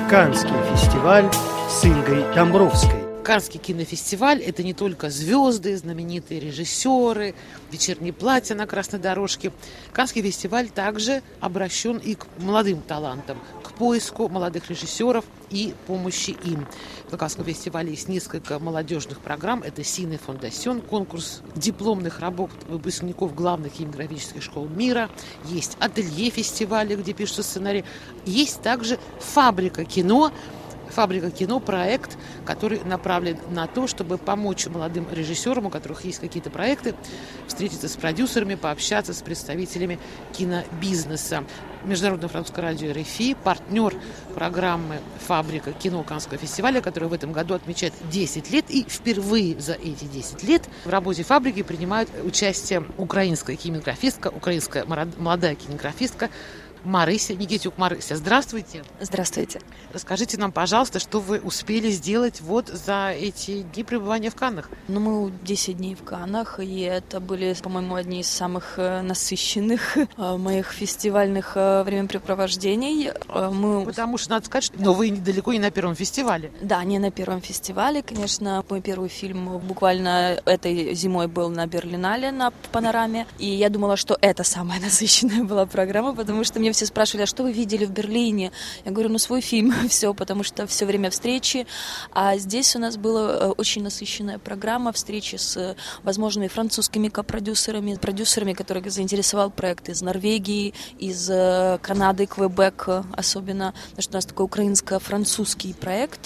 Каннский фестиваль с Ингой Домбровской. Каннский кинофестиваль – это не только звезды, знаменитые режиссеры, вечерние платья на красной дорожке. Каннский фестиваль также обращен и к молодым талантам, к поиску молодых режиссеров и помощи им. На Каннском фестивале есть несколько молодежных программ. Это «Сине фондасьон», конкурс дипломных работ выпускников главных кинематографических школ мира. Есть ателье фестиваля, где пишутся сценарии. Есть также «Фабрика кино». «Фабрика кино» – проект, который направлен на то, чтобы помочь молодым режиссерам, у которых есть какие-то проекты, встретиться с продюсерами, пообщаться с представителями кинобизнеса. Международное французское радио РФИ, партнер программы «Фабрика кино» Каннского фестиваля, который в этом году отмечает 10 лет. И впервые за эти 10 лет в работе «Фабрики» принимает участие украинская кинематографистка, украинская молодая кинематографистка Марися Никитюк. Марися, здравствуйте. Здравствуйте. Расскажите нам, пожалуйста, что вы успели сделать вот за эти дни пребывания в Каннах? Мы 10 дней в Каннах, и это были, по-моему, одни из самых насыщенных моих фестивальных времяпрепровождений. Потому что, надо сказать, что вы далеко не на первом фестивале. Да, не на первом фестивале, конечно. Мой первый фильм буквально этой зимой был на Берлинале, на Панораме, и я думала, что это самая насыщенная была программа, потому что мне все спрашивали, а что вы видели в Берлине? Я говорю, свой фильм, все, потому что все время встречи. А здесь у нас была очень насыщенная программа встречи с возможными французскими копродюсерами, продюсерами, которых заинтересовал проект из Норвегии, из Канады, Квебек особенно, потому что у нас такой украинско-французский проект.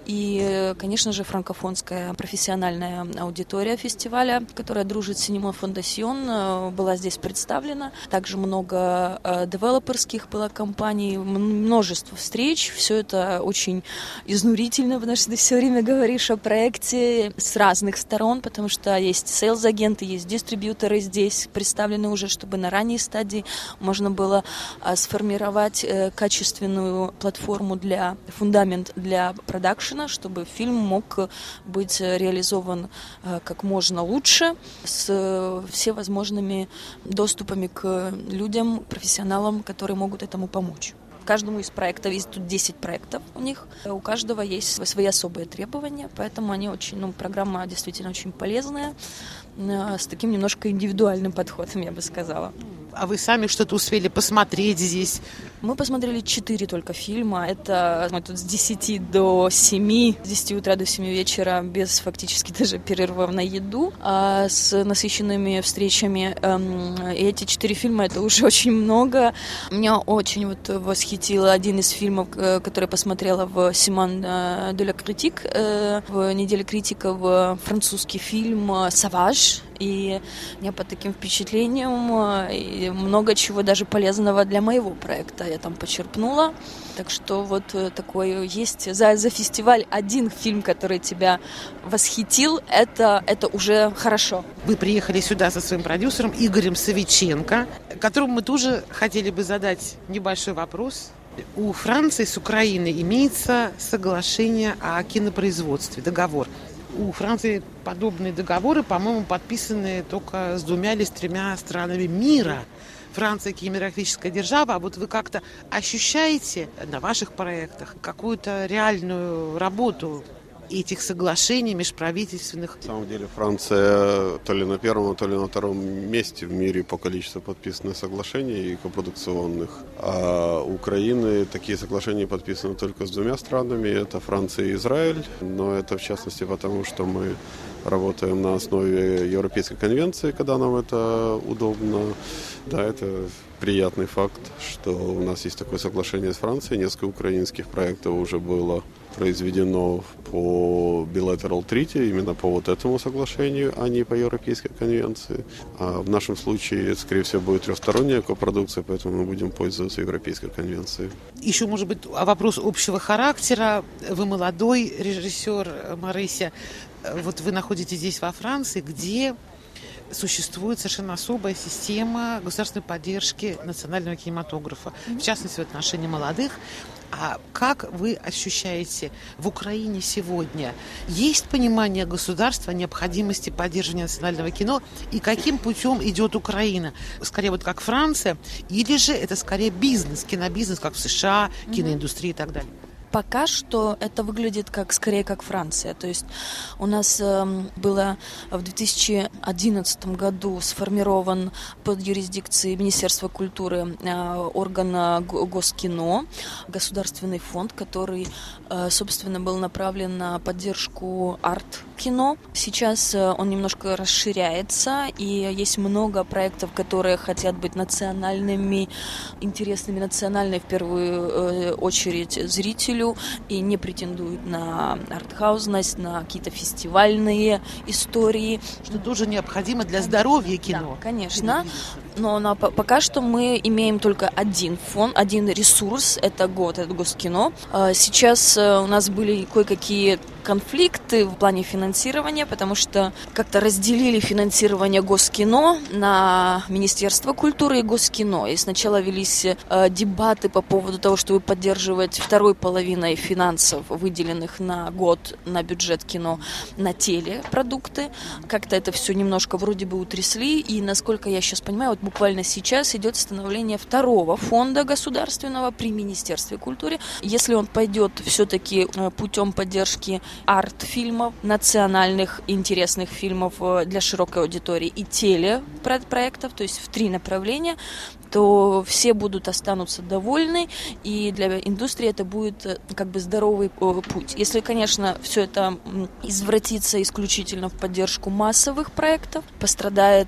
И, конечно же, франкофонская профессиональная аудитория фестиваля, которая дружит с Сине фондасьон, была здесь представлена. Также много девелоперских было компаний, множество встреч. Все это очень изнурительно, потому что ты все время говоришь о проекте с разных сторон, потому что есть сейлз-агенты, есть дистрибьюторы здесь представлены уже, чтобы на ранней стадии можно было сформировать качественную платформу фундамент для продакшена, чтобы фильм мог быть реализован как можно лучше с всевозможными доступами к людям, профессионалам, которые могут этому помочь. Каждому из проектов, есть тут 10 проектов у них, у каждого есть свои особые требования, поэтому они программа действительно очень полезная, с таким немножко индивидуальным подходом, я бы сказала. А вы сами что-то успели посмотреть здесь? Мы посмотрели 4 только фильма. Это мы тут с 10 до 7, с 10 утра до 7 вечера, без фактически даже перерывов на еду, с насыщенными встречами. И эти 4 фильма — это уже очень много. Меня очень восхитил один из фильмов, который посмотрела в Симон де ла Критик, в неделе критиков, французский фильм «Саваж». И я под таким впечатлением и много чего даже полезного для моего проекта я там почерпнула. Так что такой есть за фестиваль один фильм, который тебя восхитил, это уже хорошо. Вы приехали сюда со своим продюсером Игорем Савиченко, которому мы тоже хотели бы задать небольшой вопрос. У Франции с Украиной имеется соглашение о кинопроизводстве, договор. У Франции подобные договоры, по-моему, подписаны только с 2 или 3 странами мира. Франция кинематографическая держава, а вот вы как-то ощущаете на ваших проектах какую-то реальную работу этих соглашений межправительственных? На самом деле Франция то ли на первом, то ли на втором месте в мире по количеству подписанных соглашений и копродукционных. А у Украины такие соглашения подписаны только с 2 странами, это Франция и Израиль, но это в частности потому, что мы работаем на основе Европейской конвенции, когда нам это удобно. Да, это приятный факт, что у нас есть такое соглашение с Францией. Несколько украинских проектов уже было произведено по Bilateral Treaty, именно по этому соглашению, а не по Европейской конвенции. А в нашем случае, скорее всего, будет 3-сторонняя копродукция, поэтому мы будем пользоваться Европейской конвенцией. Еще, может быть, вопрос общего характера. Вы молодой режиссер, Марися. Вы находитесь здесь, во Франции, где существует совершенно особая система государственной поддержки национального кинематографа, в частности, в отношении молодых. А как вы ощущаете в Украине сегодня? Есть понимание государства о необходимости поддержания национального кино? И каким путем идет Украина? Скорее как Франция? Или же это скорее бизнес, кинобизнес, как в США, киноиндустрия и так далее? Пока что это выглядит скорее как Франция. То есть у нас было в 2011 году сформирован под юрисдикцией Министерства культуры орган Госкино, государственный фонд, который, собственно, был направлен на поддержку арт-кино. Сейчас он немножко расширяется, и есть много проектов, которые хотят быть национальными, интересными национальной, в первую очередь, зрителю, и не претендуют на артхаусность, на какие-то фестивальные истории. Что тоже необходимо для здоровья кино. Да, конечно. Но пока что мы имеем только один фонд, один ресурс, это Госкино. Сейчас у нас были кое-какие конфликты в плане финансирования, потому что как-то разделили финансирование Госкино на Министерство культуры и Госкино. И сначала велись дебаты по поводу того, чтобы поддерживать второй половиной финансов, выделенных на год на бюджет кино, на телепродукты. Как-то это все немножко вроде бы утрясли, и, насколько я сейчас понимаю, вот буквально сейчас идет становление второго фонда государственного при Министерстве культуры. Если он пойдет все-таки путем поддержки арт-фильмов, национальных интересных фильмов для широкой аудитории и телепроектов, то есть в 3 направления, то все останутся довольны, и для индустрии это будет здоровый путь. Если, конечно, все это извратится исключительно в поддержку массовых проектов, пострадает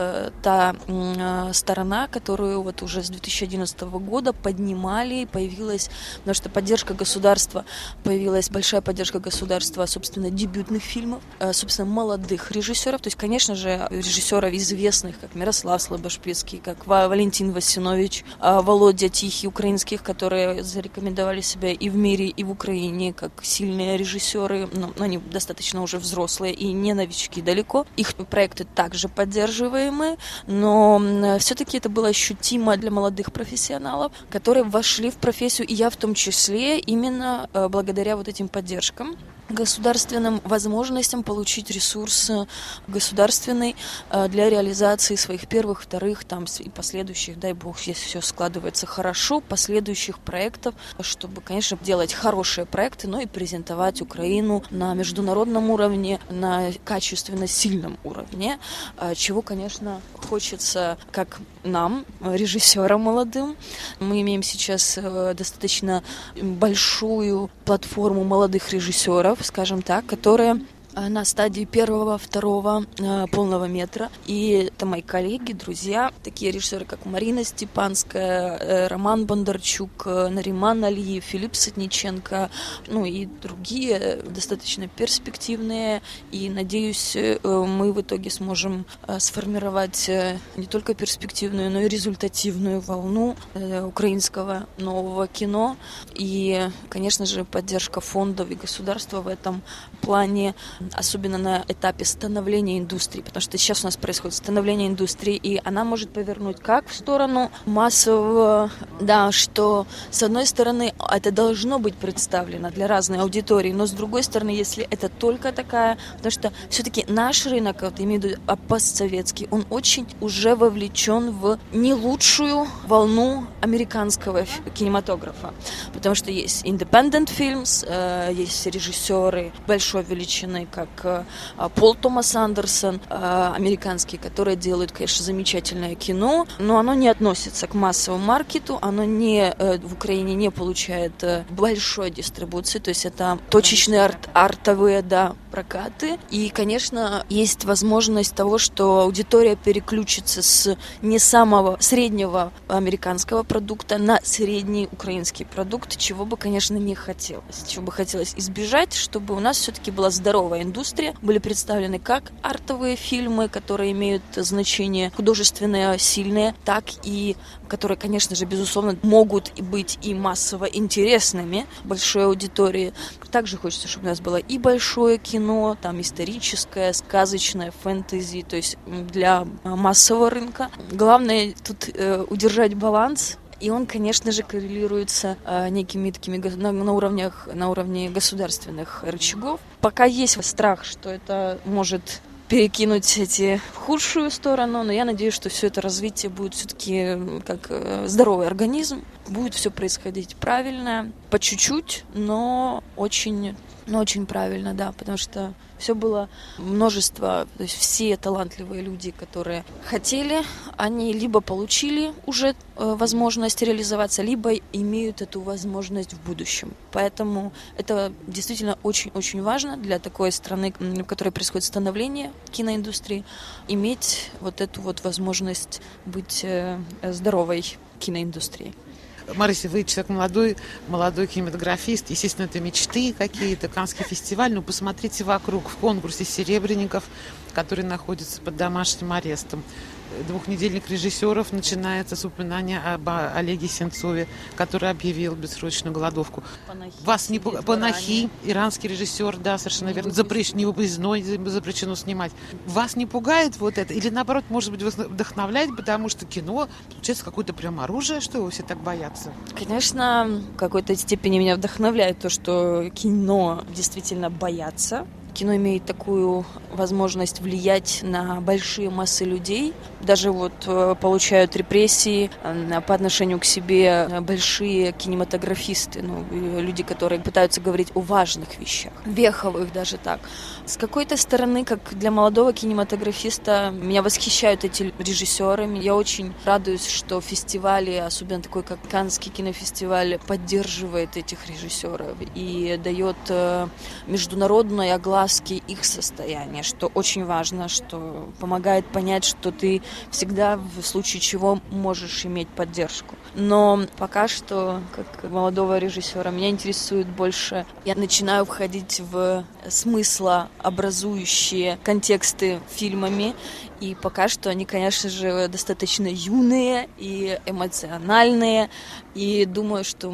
та сторона, которую вот уже с 2011 года поднимали, появилась, потому что поддержка государства, появилась большая поддержка государства, собственно, дебютных фильмов, собственно, молодых режиссеров, то есть, конечно же, режиссеров известных, как Мирослав Слабошпицкий, как Валентин Васинович, Володя Тихий, украинских, которые зарекомендовали себя и в мире, и в Украине как сильные режиссеры, но они достаточно уже взрослые и не новички далеко. Их проекты также поддерживаемы, но все-таки это было ощутимо для молодых профессионалов, которые вошли в профессию, и я в том числе, именно благодаря вот этим поддержкам, государственным возможностям получить ресурс государственный для реализации своих первых, вторых и последующих, дай бог, если все складывается хорошо, последующих проектов, чтобы, конечно, делать хорошие проекты, но и презентовать Украину на международном уровне, на качественно сильном уровне, чего, конечно, хочется как нам, режиссерам молодым. Мы имеем сейчас достаточно большую платформу молодых режиссеров, скажем так, которые на стадии 1-2 полного метра. И это мои коллеги, друзья, такие режиссеры, как Марина Степанская, Роман Бондарчук, Нариман Алиев, Филипп Сотниченко, и другие достаточно перспективные. И, надеюсь, мы в итоге сможем сформировать не только перспективную, но и результативную волну украинского нового кино. И, конечно же, поддержка фондов и государства в этом плане, особенно на этапе становления индустрии, потому что сейчас у нас происходит становление индустрии, и она может повернуть как в сторону массового, что с одной стороны это должно быть представлено для разной аудитории, но с другой стороны, если это только такая, потому что все-таки наш рынок, имею в виду постсоветский, он очень уже вовлечен в не лучшую волну американского кинематографа, потому что есть independent films, есть режиссеры большой величины, как Пол Томас Андерсон, американский, которые делают, конечно, замечательное кино, но оно не относится к массовому маркету, оно в Украине не получает большой дистрибуции, то есть это точечные артовые, прокаты. И, конечно, есть возможность того, что аудитория переключится с не самого среднего американского продукта на средний украинский продукт, чего бы, конечно, не хотелось. Чего бы хотелось избежать, чтобы у нас все-таки была здоровая индустрия, были представлены как артовые фильмы, которые имеют значение художественное, сильное, так и которые, конечно же, безусловно, могут быть и массово интересными большой аудитории. Также хочется, чтобы у нас было и большое кино, там историческое, сказочное, фэнтези, то есть для массового рынка. Главное тут удержать баланс. И он, конечно же, коррелируется некими такими на уровне государственных рычагов. Пока есть страх, что это может перекинуть эти в худшую сторону, но я надеюсь, что все это развитие будет все-таки как здоровый организм, будет все происходить правильно, по чуть-чуть, но очень правильно, да, потому что все было множество, то есть все талантливые люди, которые хотели, они либо получили уже возможность реализоваться, либо имеют эту возможность в будущем. Поэтому это действительно очень-очень важно для такой страны, в которой происходит становление киноиндустрии, иметь вот эту вот возможность быть здоровой киноиндустрией. Марыся, вы человек молодой кинематографист. Естественно, это мечты какие-то, Каннский фестиваль. Но посмотрите вокруг, в конкурсе «Серебряников», который находится под домашним арестом. Двухнедельник режиссеров начинается с упоминания об Олеге Сенцове, который объявил бессрочную голодовку. Вас не Панахи, иранский режиссер, да, совершенно верно, запрещено снимать. Вас не пугает вот это? Или наоборот, может быть, вдохновляет, потому что кино, получается, какое-то прям оружие, что его все так боятся? Конечно, в какой-то степени меня вдохновляет то, что кино действительно боятся. Кино имеет такую возможность влиять на большие массы людей. Даже вот получают репрессии по отношению к себе большие кинематографисты, люди, которые пытаются говорить о важных вещах, веховых даже так. С какой-то стороны, как для молодого кинематографиста, меня восхищают эти режиссеры. Я очень радуюсь, что фестивали, особенно такой, как Каннский кинофестиваль, поддерживает этих режиссеров и дает международной огласке их состояние, что очень важно, что помогает понять, что ты всегда в случае чего можешь иметь поддержку. Но пока что, как молодого режиссера, меня интересует больше, я начинаю входить в смыслообразующие контексты фильмами, и пока что они, конечно же, достаточно юные и эмоциональные, и думаю, что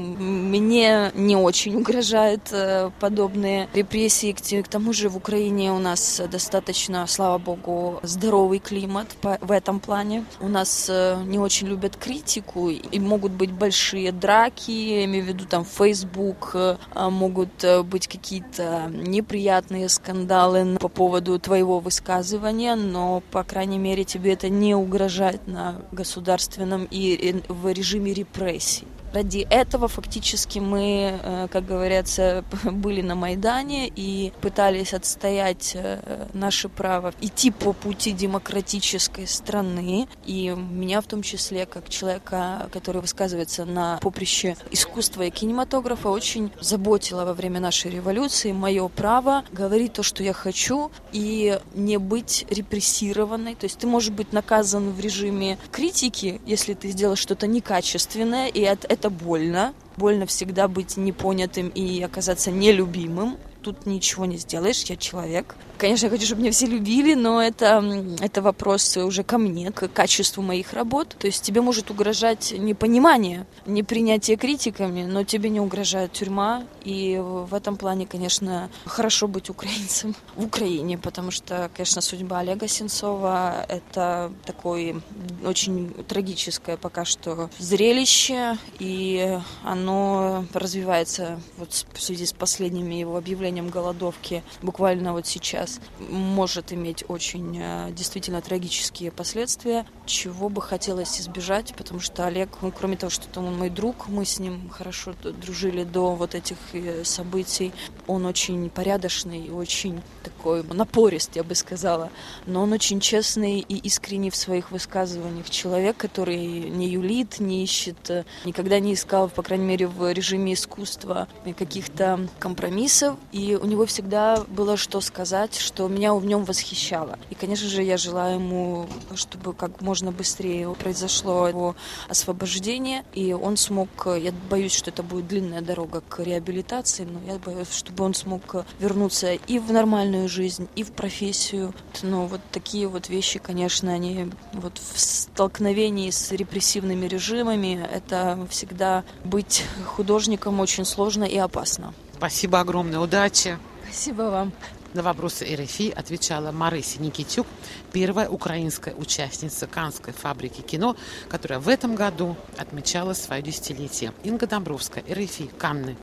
мне не очень угрожают подобные репрессии. К тому же в Украине у нас достаточно, слава богу, здоровый климат в этом плане. У нас не очень любят критику, и могут быть большие драки, я имею в виду там Facebook, могут быть какие-то неприятные скандалы по поводу твоего высказывания, но, по крайней мере, тебе это не угрожает на государственном и в режиме репрессий. Ради этого фактически мы, как говорится, были на Майдане и пытались отстоять наше право идти по пути демократической страны. И меня в том числе, как человека, который высказывается на поприще искусства и кинематографа, очень заботило во время нашей революции мое право говорить то, что я хочу, и не быть репрессированной. То есть ты можешь быть наказан в режиме критики, если ты сделал что-то некачественное, и это больно. Больно всегда быть непонятым и оказаться нелюбимым. Тут ничего не сделаешь, я человек. Конечно, я хочу, чтобы меня все любили, но это вопрос уже ко мне, к качеству моих работ. То есть тебе может угрожать непонимание, непринятие критиками, но тебе не угрожает тюрьма. И в этом плане, конечно, хорошо быть украинцем в Украине, потому что, конечно, судьба Олега Сенцова — это такое очень трагическое пока что зрелище, и оно развивается вот в связи с последними его объявлением голодовки буквально вот сейчас, может иметь очень действительно трагические последствия, чего бы хотелось избежать, потому что Олег, кроме того, что он мой друг, мы с ним хорошо дружили до вот этих событий, он очень порядочный, очень такой напорист, я бы сказала, но он очень честный и искренний в своих высказываниях человек, который не юлит, не ищет, никогда не искал, по крайней мере, в режиме искусства каких-то компромиссов, и у него всегда было что сказать, что меня в нем восхищало. И, конечно же, я желаю ему, чтобы как можно быстрее произошло его освобождение, и он смог, я боюсь, что это будет длинная дорога к реабилитации, но я боюсь, чтобы он смог вернуться и в нормальную жизнь, и в профессию. Но вот такие вот вещи, конечно, они вот в столкновении с репрессивными режимами, это всегда быть художником очень сложно и опасно. Спасибо огромное, удачи. Спасибо вам. На вопросы РФИ отвечала Марыся Никитюк, первая украинская участница Каннской фабрики кино, которая в этом году отмечала свое десятилетие. Инга Домбровская, РФИ, Канны.